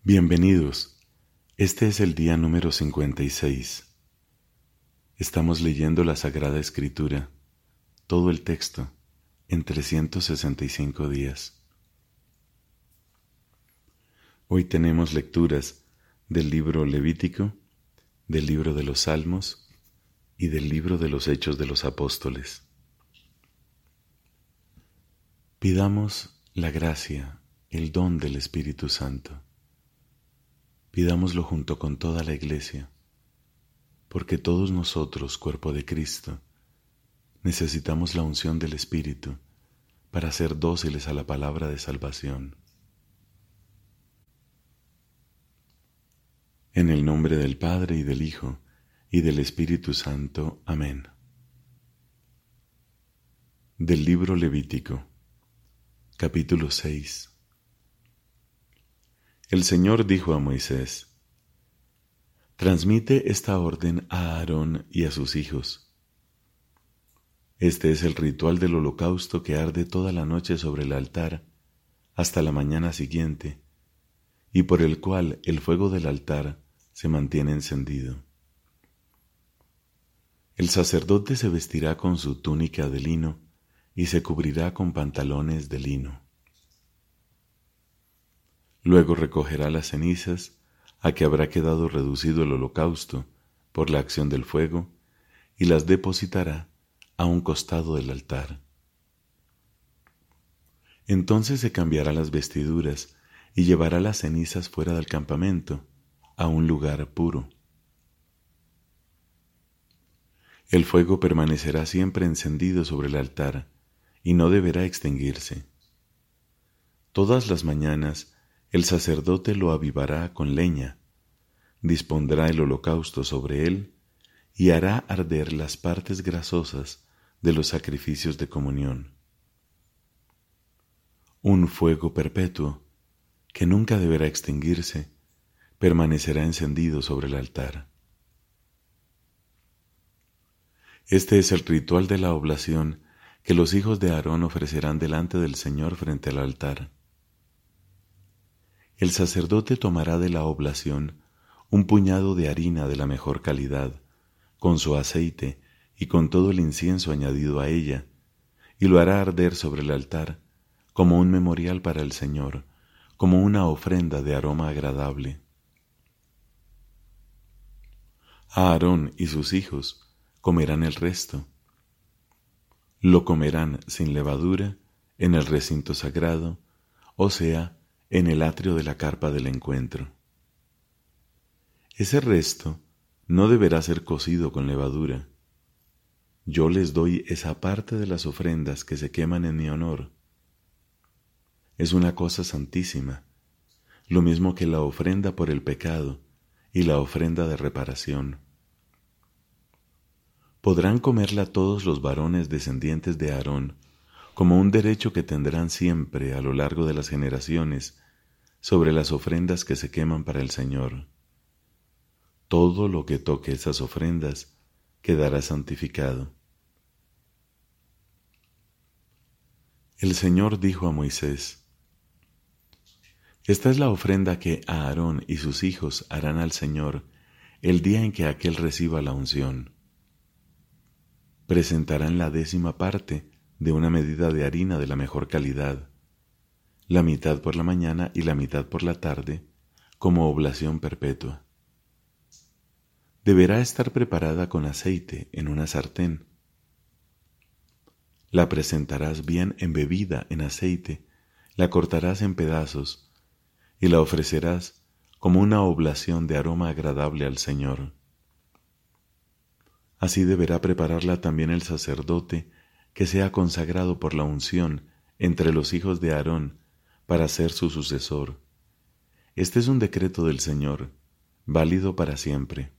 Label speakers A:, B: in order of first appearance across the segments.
A: Bienvenidos. Este es el día número 56. Estamos leyendo la Sagrada Escritura, todo el texto, en 365 días. Hoy tenemos lecturas del libro Levítico, del libro de los Salmos y del libro de los Hechos de los Apóstoles. Pidamos la gracia, el don del Espíritu Santo. Pidámoslo junto con toda la Iglesia, porque todos nosotros, cuerpo de Cristo, necesitamos la unción del Espíritu para ser dóciles a la palabra de salvación. En el nombre del Padre y del Hijo y del Espíritu Santo. Amén. Del libro Levítico, capítulo 6. El Señor dijo a Moisés: transmite esta orden a Aarón y a sus hijos. Este es el ritual del holocausto que arde toda la noche sobre el altar hasta la mañana siguiente, y por el cual el fuego del altar se mantiene encendido. El sacerdote se vestirá con su túnica de lino y se cubrirá con pantalones de lino. Luego recogerá las cenizas a que habrá quedado reducido el holocausto por la acción del fuego y las depositará a un costado del altar. Entonces se cambiará las vestiduras y llevará las cenizas fuera del campamento, a un lugar puro. El fuego permanecerá siempre encendido sobre el altar y no deberá extinguirse. Todas las mañanas el sacerdote lo avivará con leña, dispondrá el holocausto sobre él y hará arder las partes grasosas de los sacrificios de comunión. Un fuego perpetuo, que nunca deberá extinguirse, permanecerá encendido sobre el altar. Este es el ritual de la oblación que los hijos de Aarón ofrecerán delante del Señor frente al altar. El sacerdote tomará de la oblación un puñado de harina de la mejor calidad, con su aceite y con todo el incienso añadido a ella, y lo hará arder sobre el altar como un memorial para el Señor, como una ofrenda de aroma agradable. Aarón y sus hijos comerán el resto. Lo comerán sin levadura en el recinto sagrado, o sea, en el atrio de la carpa del encuentro. Ese resto no deberá ser cocido con levadura. Yo les doy esa parte de las ofrendas que se queman en mi honor. Es una cosa santísima, lo mismo que la ofrenda por el pecado y la ofrenda de reparación. Podrán comerla todos los varones descendientes de Aarón, como un derecho que tendrán siempre a lo largo de las generaciones sobre las ofrendas que se queman para el Señor. Todo lo que toque esas ofrendas quedará santificado. El Señor dijo a Moisés: esta es la ofrenda que Aarón y sus hijos harán al Señor el día en que aquél reciba la unción. Presentarán la 10ª parte de una medida de harina de la mejor calidad, la mitad por la mañana y la mitad por la tarde, como oblación perpetua. Deberá estar preparada con aceite en una sartén. La presentarás bien embebida en aceite, la cortarás en pedazos y la ofrecerás como una oblación de aroma agradable al Señor. Así deberá prepararla también el sacerdote que sea consagrado por la unción entre los hijos de Aarón para ser su sucesor. Este es un decreto del Señor, válido para siempre.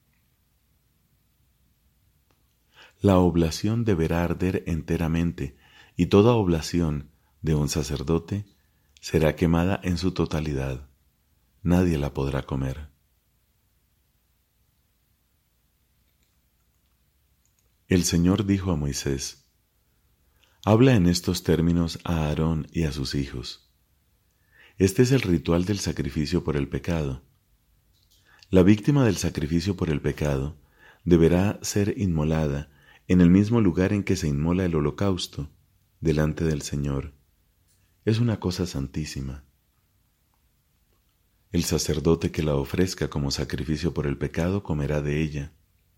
A: La oblación deberá arder enteramente, y toda oblación de un sacerdote será quemada en su totalidad. Nadie la podrá comer. El Señor dijo a Moisés: habla en estos términos a Aarón y a sus hijos. Este es el ritual del sacrificio por el pecado. La víctima del sacrificio por el pecado deberá ser inmolada en el mismo lugar en que se inmola el holocausto, delante del Señor. Es una cosa santísima. El sacerdote que la ofrezca como sacrificio por el pecado comerá de ella.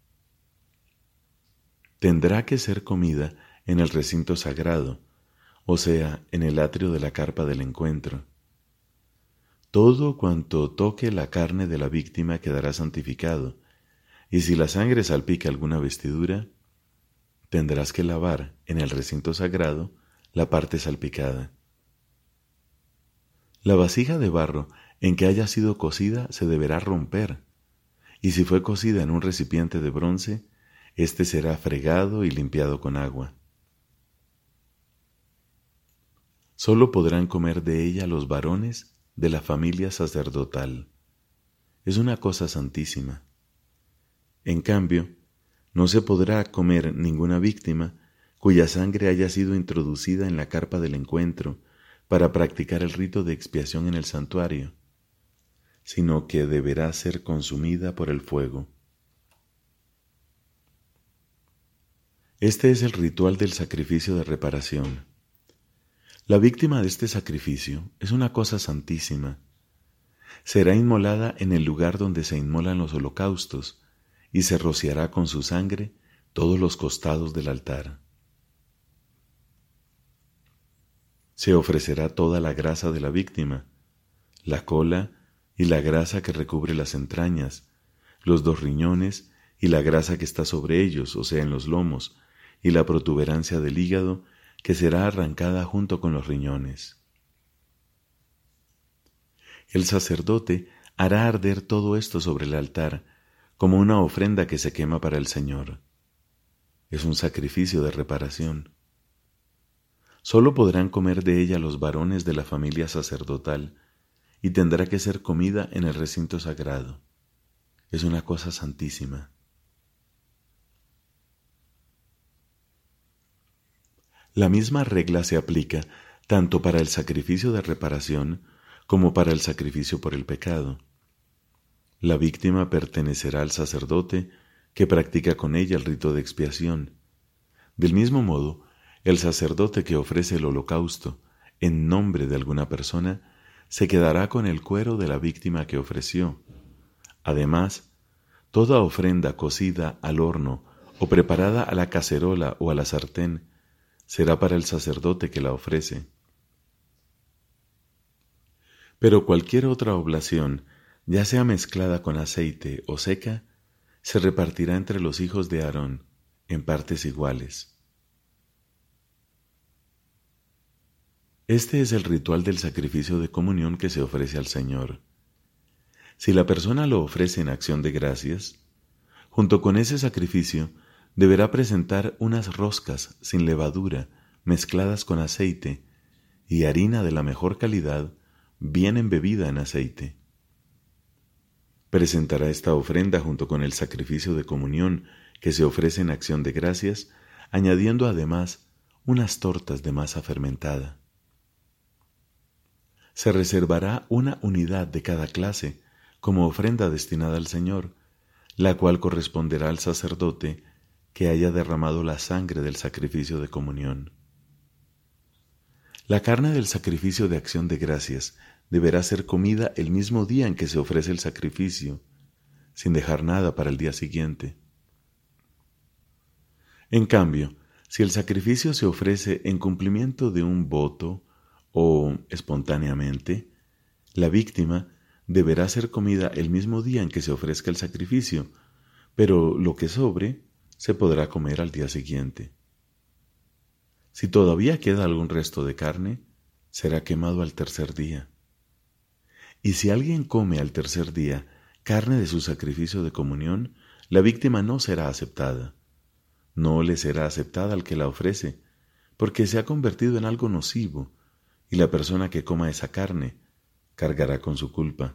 A: Tendrá que ser comida en el recinto sagrado, o sea, en el atrio de la carpa del encuentro. Todo cuanto toque la carne de la víctima quedará santificado, y si la sangre salpica alguna vestidura, tendrás que lavar en el recinto sagrado la parte salpicada. La vasija de barro en que haya sido cocida se deberá romper, y si fue cocida en un recipiente de bronce, éste será fregado y limpiado con agua. Solo podrán comer de ella los varones de la familia sacerdotal. Es una cosa santísima. En cambio, no se podrá comer ninguna víctima cuya sangre haya sido introducida en la carpa del encuentro para practicar el rito de expiación en el santuario, sino que deberá ser consumida por el fuego. Este es el ritual del sacrificio de reparación. La víctima de este sacrificio es una cosa santísima. Será inmolada en el lugar donde se inmolan los holocaustos y se rociará con su sangre todos los costados del altar. Se ofrecerá toda la grasa de la víctima, la cola y la grasa que recubre las entrañas, los 2 riñones y la grasa que está sobre ellos, o sea, en los lomos, y la protuberancia del hígado que será arrancada junto con los riñones. El sacerdote hará arder todo esto sobre el altar como una ofrenda que se quema para el Señor. Es un sacrificio de reparación. Solo podrán comer de ella los varones de la familia sacerdotal y tendrá que ser comida en el recinto sagrado. Es una cosa santísima. La misma regla se aplica tanto para el sacrificio de reparación como para el sacrificio por el pecado. La víctima pertenecerá al sacerdote que practica con ella el rito de expiación. Del mismo modo, el sacerdote que ofrece el holocausto en nombre de alguna persona se quedará con el cuero de la víctima que ofreció. Además, toda ofrenda cocida al horno o preparada a la cacerola o a la sartén será para el sacerdote que la ofrece. Pero cualquier otra oblación, ya sea mezclada con aceite o seca, se repartirá entre los hijos de Aarón en partes iguales. Este es el ritual del sacrificio de comunión que se ofrece al Señor. Si la persona lo ofrece en acción de gracias, junto con ese sacrificio deberá presentar unas roscas sin levadura mezcladas con aceite y harina de la mejor calidad bien embebida en aceite. Presentará esta ofrenda junto con el sacrificio de comunión que se ofrece en acción de gracias, añadiendo además unas tortas de masa fermentada. Se reservará una unidad de cada clase como ofrenda destinada al Señor, la cual corresponderá al sacerdote que haya derramado la sangre del sacrificio de comunión. La carne del sacrificio de acción de gracias deberá ser comida el mismo día en que se ofrece el sacrificio, sin dejar nada para el día siguiente. En cambio, si el sacrificio se ofrece en cumplimiento de un voto o espontáneamente, la víctima deberá ser comida el mismo día en que se ofrezca el sacrificio, pero lo que sobre se podrá comer al día siguiente. Si todavía queda algún resto de carne, será quemado al tercer día. Y si alguien come al tercer día carne de su sacrificio de comunión, la víctima no será aceptada. No le será aceptada al que la ofrece, porque se ha convertido en algo nocivo, y la persona que coma esa carne cargará con su culpa.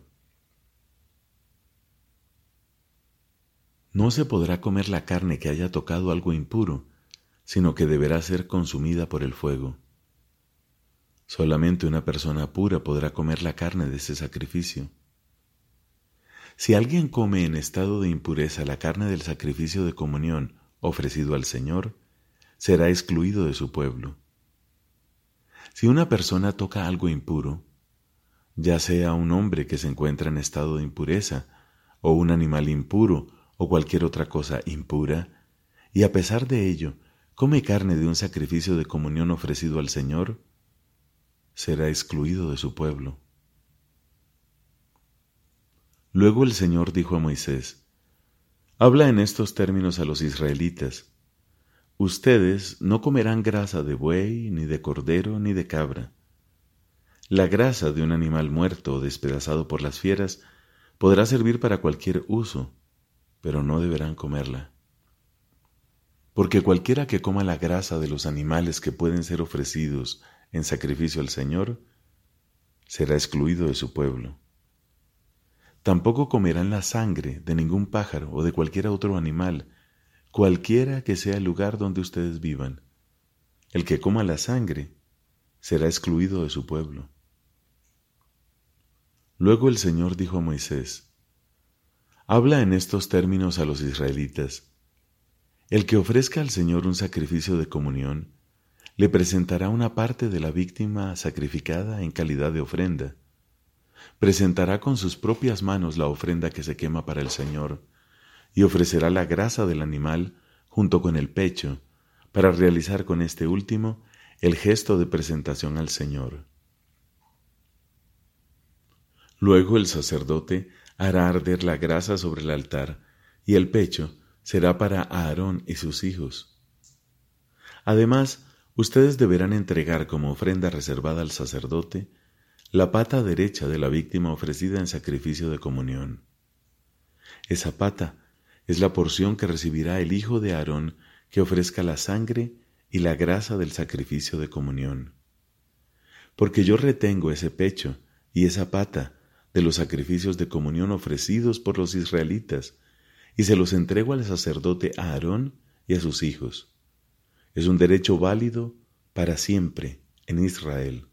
A: No se podrá comer la carne que haya tocado algo impuro, sino que deberá ser consumida por el fuego. Solamente una persona pura podrá comer la carne de ese sacrificio. Si alguien come en estado de impureza la carne del sacrificio de comunión ofrecido al Señor, será excluido de su pueblo. Si una persona toca algo impuro, ya sea un hombre que se encuentra en estado de impureza, o un animal impuro, o cualquier otra cosa impura, y a pesar de ello come carne de un sacrificio de comunión ofrecido al Señor, será excluido de su pueblo. Luego el Señor dijo a Moisés: Habla en estos términos a los israelitas: Ustedes no comerán grasa de buey, ni de cordero, ni de cabra. La grasa de un animal muerto o despedazado por las fieras podrá servir para cualquier uso, pero no deberán comerla. Porque cualquiera que coma la grasa de los animales que pueden ser ofrecidos en sacrificio al Señor, será excluido de su pueblo. Tampoco comerán la sangre de ningún pájaro o de cualquier otro animal, cualquiera que sea el lugar donde ustedes vivan. El que coma la sangre será excluido de su pueblo. Luego el Señor dijo a Moisés: Habla en estos términos a los israelitas: El que ofrezca al Señor un sacrificio de comunión, le presentará una parte de la víctima sacrificada en calidad de ofrenda. Presentará con sus propias manos la ofrenda que se quema para el Señor, y ofrecerá la grasa del animal junto con el pecho, para realizar con este último el gesto de presentación al Señor. Luego el sacerdote hará arder la grasa sobre el altar, y el pecho será para Aarón y sus hijos. Además, ustedes deberán entregar como ofrenda reservada al sacerdote la pata derecha de la víctima ofrecida en sacrificio de comunión. Esa pata es la porción que recibirá el hijo de Aarón que ofrezca la sangre y la grasa del sacrificio de comunión. Porque yo retengo ese pecho y esa pata de los sacrificios de comunión ofrecidos por los israelitas, y se los entrego al sacerdote Aarón y a sus hijos. Es un derecho válido para siempre en Israel.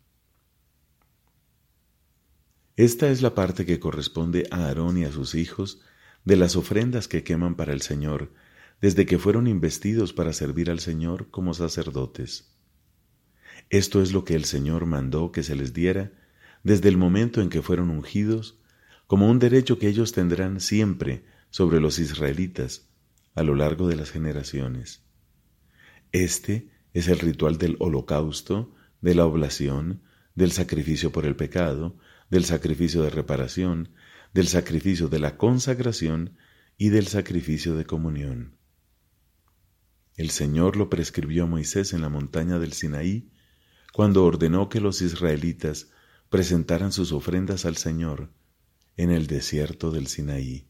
A: Esta es la parte que corresponde a Aarón y a sus hijos de las ofrendas que queman para el Señor, desde que fueron investidos para servir al Señor como sacerdotes. Esto es lo que el Señor mandó que se les diera desde el momento en que fueron ungidos, como un derecho que ellos tendrán siempre sobre los israelitas a lo largo de las generaciones. Este es el ritual del holocausto, de la oblación, del sacrificio por el pecado, del sacrificio de reparación, del sacrificio de la consagración y del sacrificio de comunión. El Señor lo prescribió a Moisés en la montaña del Sinaí, cuando ordenó que los israelitas presentaran sus ofrendas al Señor en el desierto del Sinaí.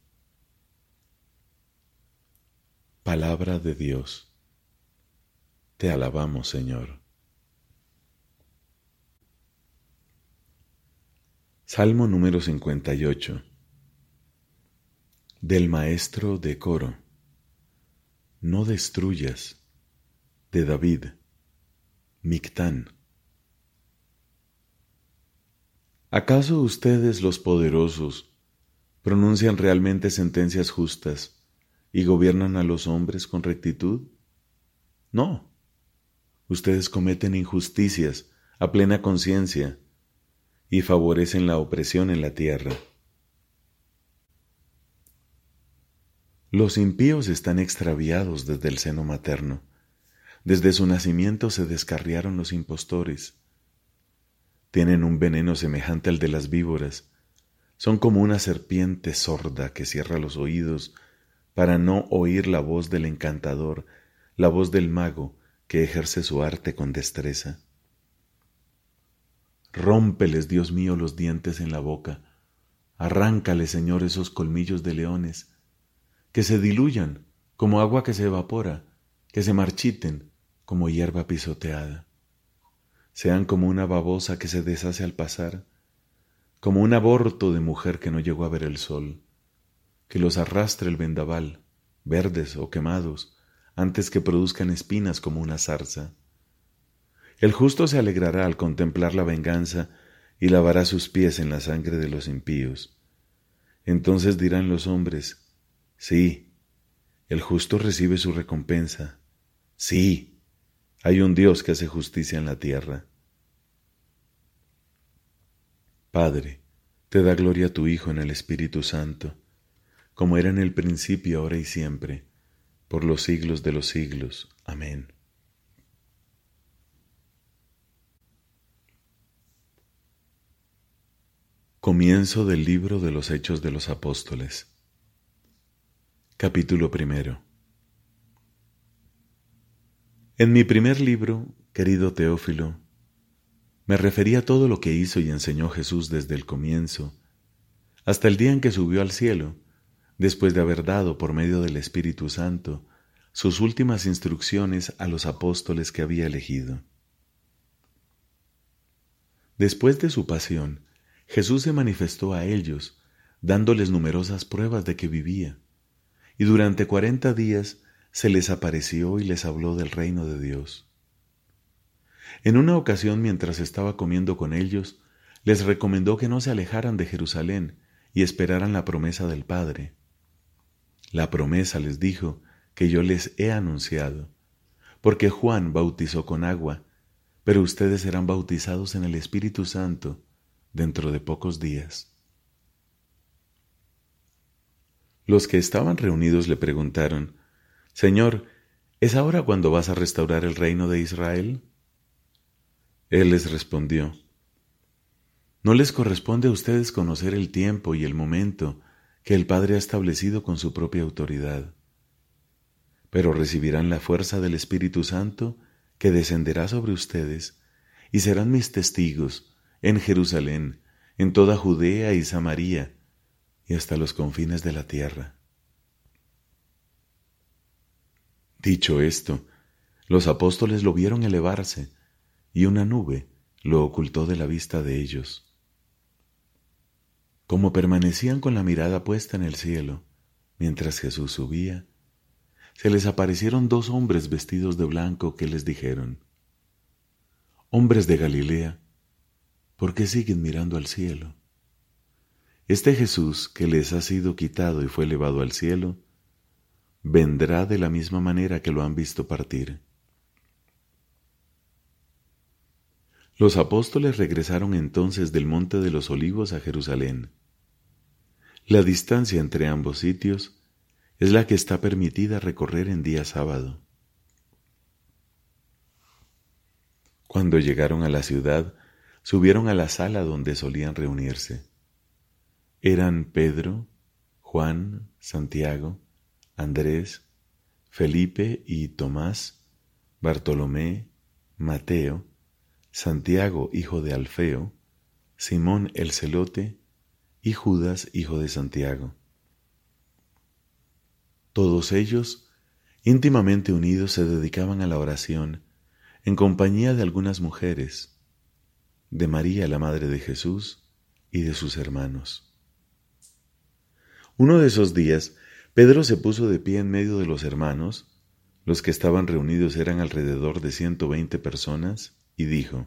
A: Palabra de Dios. Te alabamos, Señor. Salmo número 58. Del maestro de coro. No destruyas, de David, Mictán. ¿Acaso ustedes, los poderosos, pronuncian realmente sentencias justas y gobiernan a los hombres con rectitud? No. Ustedes cometen injusticias a plena conciencia y favorecen la opresión en la tierra. Los impíos están extraviados desde el seno materno. Desde su nacimiento se descarriaron los impostores. Tienen un veneno semejante al de las víboras. Son como una serpiente sorda que cierra los oídos para no oír la voz del encantador, la voz del mago que ejerce su arte con destreza. Rómpeles, Dios mío, los dientes en la boca. Arráncale, Señor, esos colmillos de leones. Que se diluyan como agua que se evapora, que se marchiten como hierba pisoteada. Sean como una babosa que se deshace al pasar, como un aborto de mujer que no llegó a ver el sol, que los arrastre el vendaval, verdes o quemados, antes que produzcan espinas como una zarza. El justo se alegrará al contemplar la venganza y lavará sus pies en la sangre de los impíos. Entonces dirán los hombres, sí, el justo recibe su recompensa. Sí, hay un Dios que hace justicia en la tierra. Padre, te da gloria a tu Hijo en el Espíritu Santo, como era en el principio, ahora y siempre, por los siglos de los siglos. Amén. Comienzo del libro de los Hechos de los Apóstoles. Capítulo 1. En mi primer libro, querido Teófilo, me referí a todo lo que hizo y enseñó Jesús desde el comienzo, hasta el día en que subió al cielo, después de haber dado por medio del Espíritu Santo sus últimas instrucciones a los apóstoles que había elegido. Después de su pasión, Jesús se manifestó a ellos, dándoles numerosas pruebas de que vivía, y durante 40 días se les apareció y les habló del reino de Dios. En una ocasión, mientras estaba comiendo con ellos, les recomendó que no se alejaran de Jerusalén y esperaran la promesa del Padre. La promesa, les dijo, que yo les he anunciado, porque Juan bautizó con agua, pero ustedes serán bautizados en el Espíritu Santo dentro de pocos días. Los que estaban reunidos le preguntaron, Señor, ¿es ahora cuando vas a restaurar el reino de Israel? Él les respondió, no les corresponde a ustedes conocer el tiempo y el momento que el Padre ha establecido con su propia autoridad, pero recibirán la fuerza del Espíritu Santo que descenderá sobre ustedes y serán mis testigos en Jerusalén, en toda Judea y Samaria, y hasta los confines de la tierra. Dicho esto, los apóstoles lo vieron elevarse, y una nube lo ocultó de la vista de ellos. Como permanecían con la mirada puesta en el cielo, mientras Jesús subía, se les aparecieron 2 hombres vestidos de blanco que les dijeron, Hombres de Galilea, ¿por qué siguen mirando al cielo? Este Jesús que les ha sido quitado y fue elevado al cielo, vendrá de la misma manera que lo han visto partir. Los apóstoles regresaron entonces del Monte de los Olivos a Jerusalén. La distancia entre ambos sitios es la que está permitida recorrer en día sábado. Cuando llegaron a la ciudad, subieron a la sala donde solían reunirse. Eran Pedro, Juan, Santiago, Andrés, Felipe y Tomás, Bartolomé, Mateo, Santiago, hijo de Alfeo, Simón el Celote y Judas, hijo de Santiago. Todos ellos, íntimamente unidos, se dedicaban a la oración en compañía de algunas mujeres, de María, la madre de Jesús, y de sus hermanos. Uno de esos días, Pedro se puso de pie en medio de los hermanos, los que estaban reunidos eran alrededor de 120 personas, y dijo,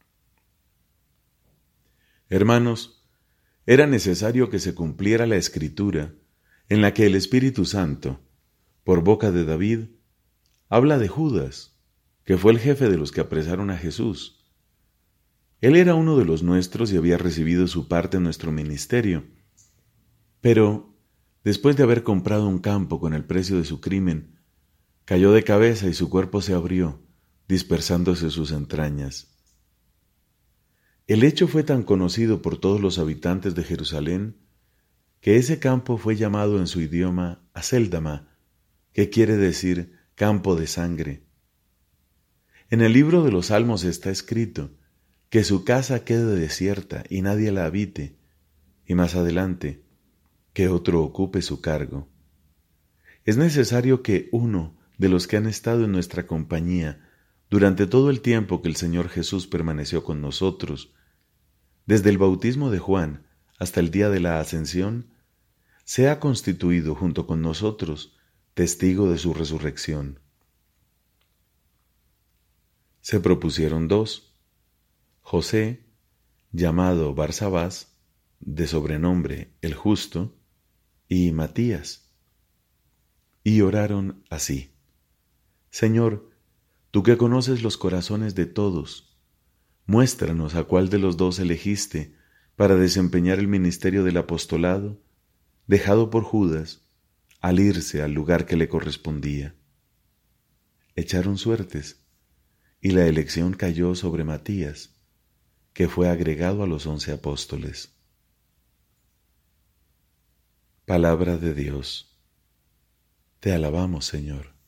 A: Hermanos, era necesario que se cumpliera la Escritura en la que el Espíritu Santo, por boca de David, habla de Judas, que fue el jefe de los que apresaron a Jesús. Él era uno de los nuestros y había recibido su parte en nuestro ministerio, pero, después de haber comprado un campo con el precio de su crimen, cayó de cabeza y su cuerpo se abrió, dispersándose sus entrañas. El hecho fue tan conocido por todos los habitantes de Jerusalén que ese campo fue llamado en su idioma Acéldama, que quiere decir campo de sangre. En el libro de los Salmos está escrito que su casa quede desierta y nadie la habite, y más adelante, que otro ocupe su cargo. Es necesario que uno de los que han estado en nuestra compañía durante todo el tiempo que el Señor Jesús permaneció con nosotros, desde el bautismo de Juan hasta el día de la ascensión, sea constituido junto con nosotros testigo de su resurrección. Se propusieron dos: José, llamado Barsabás, de sobrenombre el Justo, y Matías. Y oraron así: Señor, tú que conoces los corazones de todos, muéstranos a cuál de los dos elegiste para desempeñar el ministerio del apostolado, dejado por Judas al irse al lugar que le correspondía. Echaron suertes, y la elección cayó sobre Matías, que fue agregado a los 11 apóstoles. Palabra de Dios. Te alabamos, Señor.